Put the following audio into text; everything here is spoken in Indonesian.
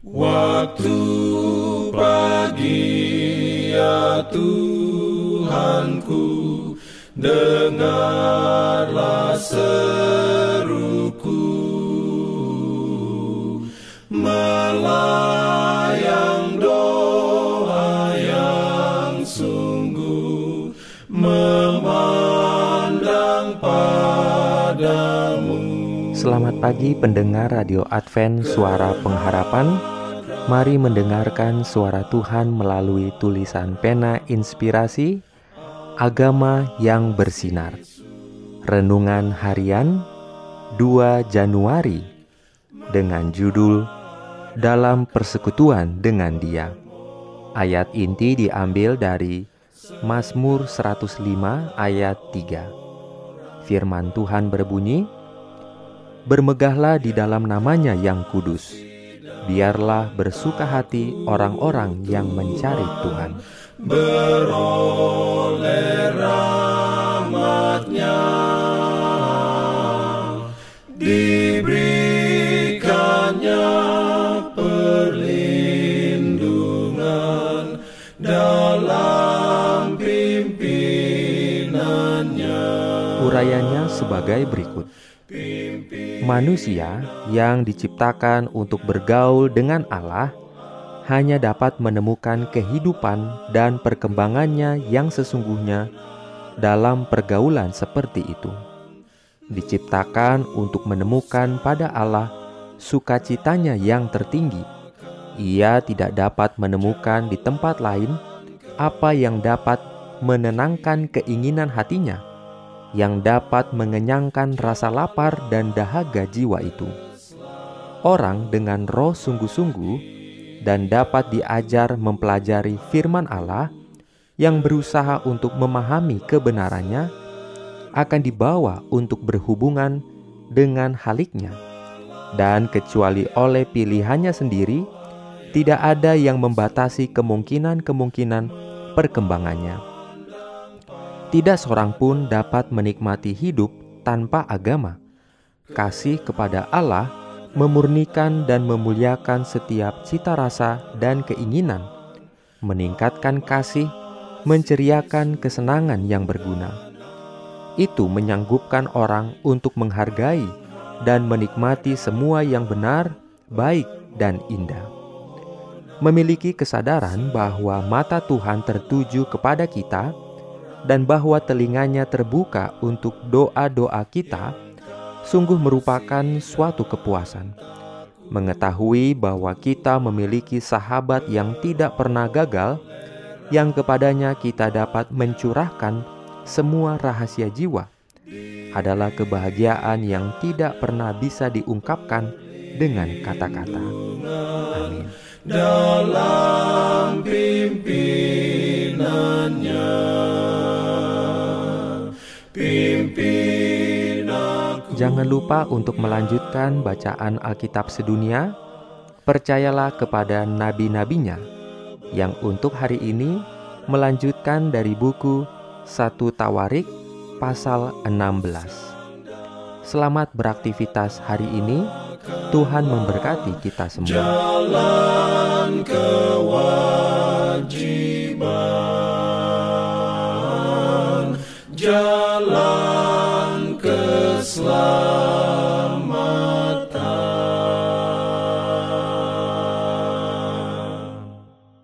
Waktu pagi ya Tuhanku, dengarlah seruku, melayang doa yang sungguh, memandang padamu. Selamat pagi pendengar Radio Advent Suara Pengharapan. Mari mendengarkan suara Tuhan melalui tulisan pena inspirasi Agama yang Bersinar. Renungan harian 2 Januari dengan judul Dalam Persekutuan dengan Dia. Ayat inti diambil dari Mazmur 105 ayat 3. Firman Tuhan berbunyi, "Bermegahlah di dalam namanya yang kudus. Biarlah bersuka hati orang-orang yang mencari Tuhan." Beroleh rahmat-Nya, diberikannya perlindungan dalam pimpinannya. Urayanya sebagai berikut. Manusia yang diciptakan untuk bergaul dengan Allah hanya dapat menemukan kehidupan dan perkembangannya yang sesungguhnya dalam pergaulan seperti itu. Diciptakan untuk menemukan pada Allah sukacitanya yang tertinggi. Ia tidak dapat menemukan di tempat lain apa yang dapat menenangkan keinginan hatinya, yang dapat mengenyangkan rasa lapar dan dahaga jiwa itu. Orang dengan roh sungguh-sungguh dan dapat diajar mempelajari firman Allah yang berusaha untuk memahami kebenarannya akan dibawa untuk berhubungan dengan Haliknya, dan kecuali oleh pilihannya sendiri tidak ada yang membatasi kemungkinan-kemungkinan perkembangannya. Tidak seorang pun dapat menikmati hidup tanpa agama. Kasih kepada Allah memurnikan dan memuliakan setiap cita rasa dan keinginan, meningkatkan kasih, menceriakan kesenangan yang berguna. Itu menyanggupkan orang untuk menghargai dan menikmati semua yang benar, baik, dan indah. Memiliki kesadaran bahwa mata Tuhan tertuju kepada kita dan bahwa telinganya terbuka untuk doa-doa kita, sungguh merupakan suatu kepuasan. Mengetahui bahwa kita memiliki sahabat yang tidak pernah gagal, yang kepadanya kita dapat mencurahkan semua rahasia jiwa, adalah kebahagiaan yang tidak pernah bisa diungkapkan dengan kata-kata. Amin. Dalam pimpinannya, Jangan lupa untuk melanjutkan bacaan Alkitab sedunia. Percayalah kepada nabi-nabinya, yang untuk hari ini melanjutkan dari buku 1 Tawarik pasal 16. Selamat beraktivitas hari ini. Tuhan memberkati kita semua. Jalan kewajiban.